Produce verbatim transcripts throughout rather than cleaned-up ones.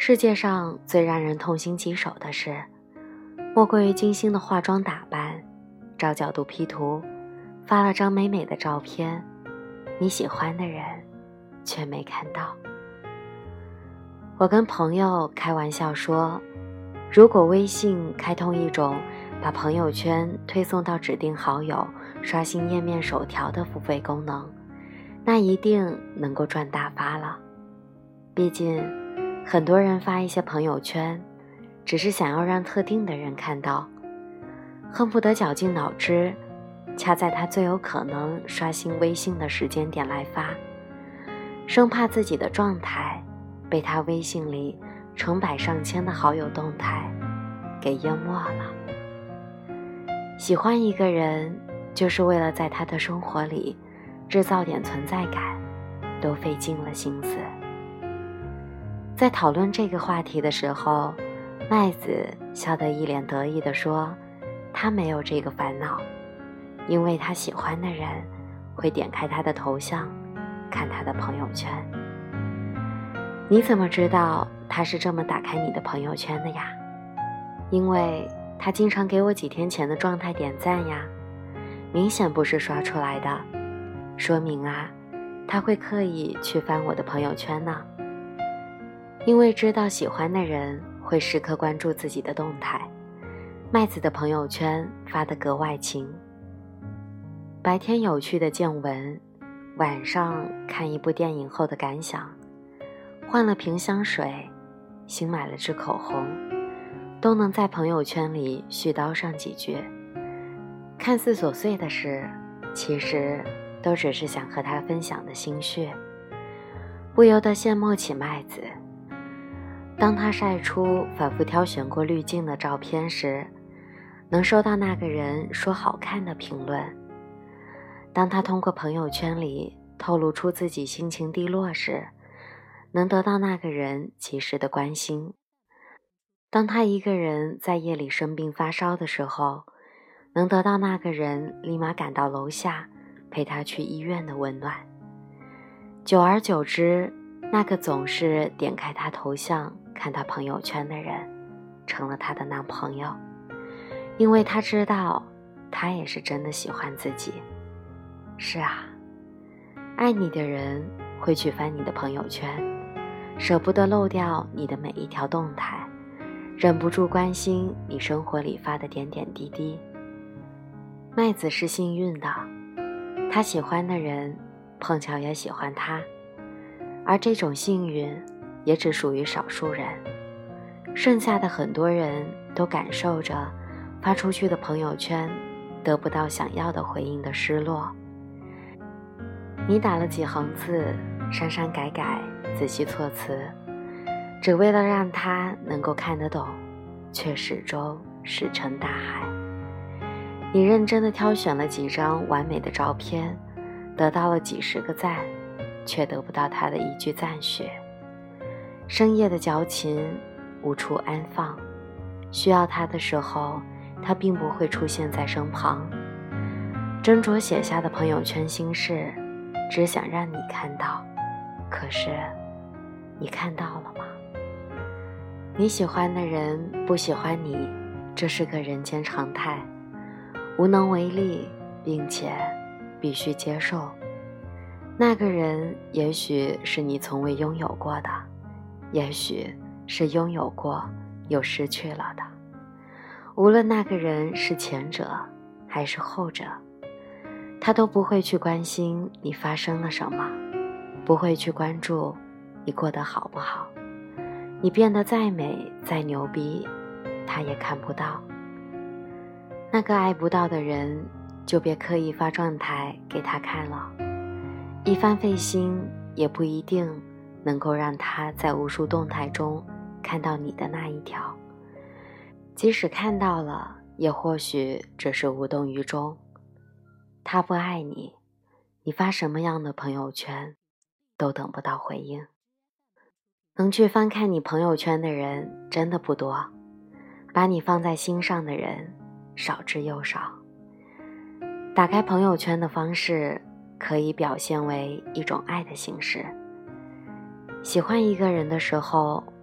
世界上最让人痛心疾首的事，莫过于精心的化妆打扮，找角度 P 图，发了张美美的照片，你喜欢的人却没看到。我跟朋友开玩笑说，如果微信开通一种把朋友圈推送到指定好友刷新页面首条的付费功能，那一定能够赚大发了。毕竟很多人发一些朋友圈只是想要让特定的人看到，恨不得绞尽脑汁掐在他最有可能刷新微信的时间点来发，生怕自己的状态被他微信里成百上千的好友动态给淹没了。喜欢一个人，就是为了在他的生活里制造点存在感，都费尽了心思。在讨论这个话题的时候，麦子笑得一脸得意地说，他没有这个烦恼，因为他喜欢的人会点开他的头像，看他的朋友圈。你怎么知道他是这么打开你的朋友圈的呀？因为他经常给我几天前的状态点赞呀，明显不是刷出来的，说明啊，他会刻意去翻我的朋友圈呢。因为知道喜欢的人会时刻关注自己的动态，麦子的朋友圈发得格外勤。白天有趣的见闻，晚上看一部电影后的感想，换了瓶香水，新买了支口红，都能在朋友圈里絮叨上几句。看似琐碎的事，其实都只是想和他分享的心血。不由得羡慕起麦子，当他晒出反复挑选过滤镜的照片时，能收到那个人说好看的评论；当他通过朋友圈里透露出自己心情低落时，能得到那个人及时的关心；当他一个人在夜里生病发烧的时候，能得到那个人立马赶到楼下陪他去医院的温暖。久而久之，那个总是点开他头像看他朋友圈的人成了他的男朋友，因为他知道他也是真的喜欢自己。是啊，爱你的人会去翻你的朋友圈，舍不得漏掉你的每一条动态，忍不住关心你生活里发的点点滴滴。麦子是幸运的，他喜欢的人碰巧也喜欢他，而这种幸运也只属于少数人，剩下的很多人都感受着发出去的朋友圈得不到想要的回应的失落。你打了几行字，删删改改，仔细措辞，只为了让他能够看得懂，却始终石沉大海。你认真地挑选了几张完美的照片，得到了几十个赞，却得不到他的一句赞许。深夜的矫情无处安放，需要他的时候，他并不会出现在身旁。斟酌写下的朋友圈心事，只想让你看到，可是你看到了吗？你喜欢的人不喜欢你，这是个人间常态，无能为力，并且必须接受。那个人也许是你从未拥有过的，也许是拥有过又失去了的。无论那个人是前者还是后者，他都不会去关心你发生了什么，不会去关注你过得好不好。你变得再美再牛逼，他也看不到。那个爱不到的人，就别刻意发状态给他看了，一番费心也不一定能够让他在无数动态中看到你的那一条，即使看到了，也或许只是无动于衷。他不爱你，你发什么样的朋友圈都等不到回应。能去翻看你朋友圈的人真的不多，把你放在心上的人少之又少。打开朋友圈的方式可以表现为一种爱的形式。喜欢一个人的时候，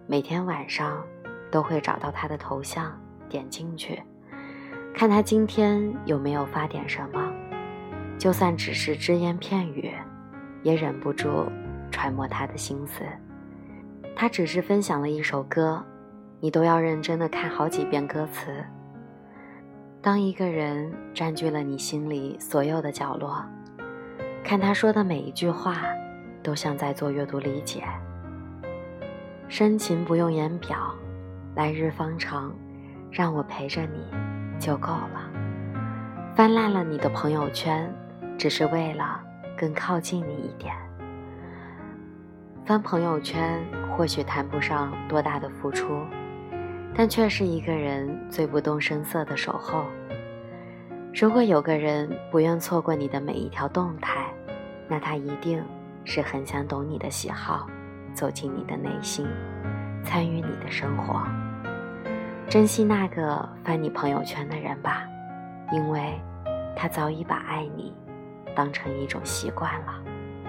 每天晚上都会找到他的头像，点进去，看他今天有没有发点什么，就算只是只言片语，也忍不住揣摩他的心思。他只是分享了一首歌，你都要认真地看好几遍歌词。当一个人占据了你心里所有的角落，看他说的每一句话都像在做阅读理解。深情不用言表，来日方长，让我陪着你就够了。翻烂了你的朋友圈，只是为了更靠近你一点。翻朋友圈或许谈不上多大的付出，但却是一个人最不动声色的守候。如果有个人不愿错过你的每一条动态，那他一定是很想懂你的喜好，走进你的内心，参与你的生活。珍惜那个翻你朋友圈的人吧，因为他早已把爱你当成一种习惯了。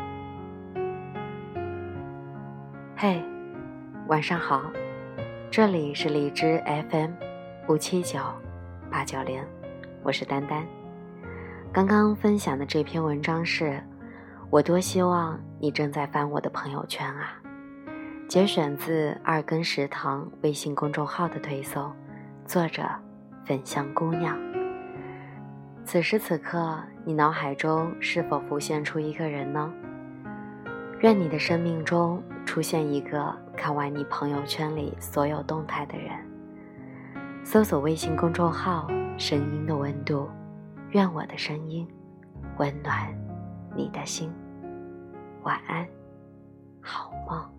嘿，晚上好，这里是荔枝 F M 五七九八九零，我是丹丹。刚刚分享的这篇文章是我多希望你正在翻我的朋友圈啊，节选自二更食堂微信公众号的推送，作者粉香姑娘。此时此刻，你脑海中是否浮现出一个人呢？愿你的生命中出现一个看完你朋友圈里所有动态的人。搜索微信公众号声音的温度，愿我的声音温暖你的心。晚安，好梦。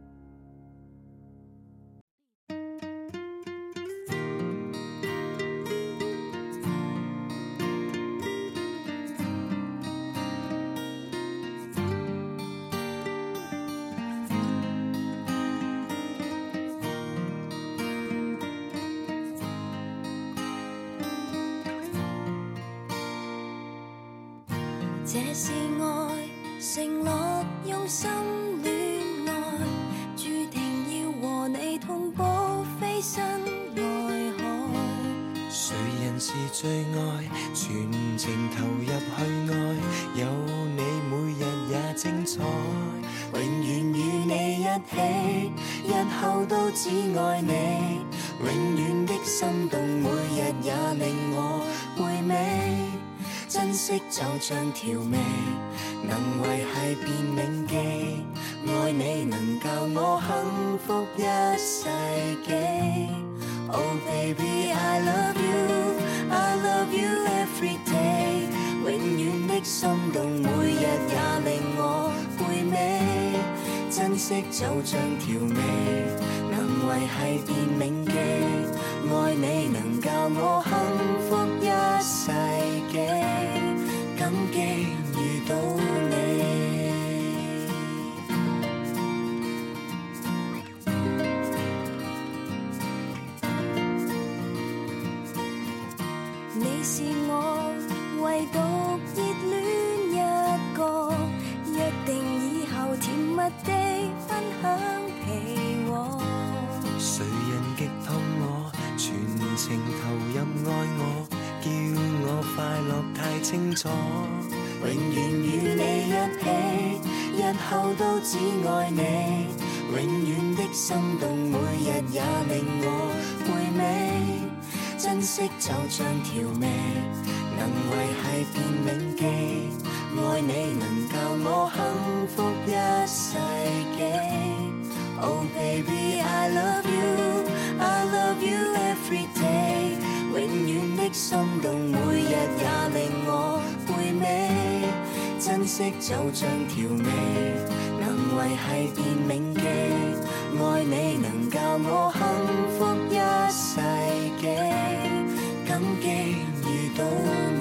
這是愛，承諾用心戀愛，注定要和你同步飛身外海。 誰人是最愛，全情投入去愛，有你每日也精彩，永遠與你一起，日後都只愛你，永遠的心動每日也令我回味。珍惜就像調味，能維繫便銘記，愛你能教我幸福一世紀。Oh baby I love you, I love you every day， 永遠的心動每日也令我回味。珍惜就像調味，能維繫便銘記，愛你能教我幸福一世紀。感激遇到你， 你是我唯獨熱戀一個，約定以後甜蜜地分享被窩。 誰人擊痛我，全情投入愛我，叫我快樂太清楚， 永遠與你一起，日後都只愛你，永遠的心動每日也令我回味。珍惜就像調味，能維繫便銘記，愛你能教我幸福一世紀。Oh baby I love you, I love you every day， 永遠的心動每日也令我回味。珍惜就像調味，能維繫便銘記，愛你能教我幸福一世紀。感激遇到你。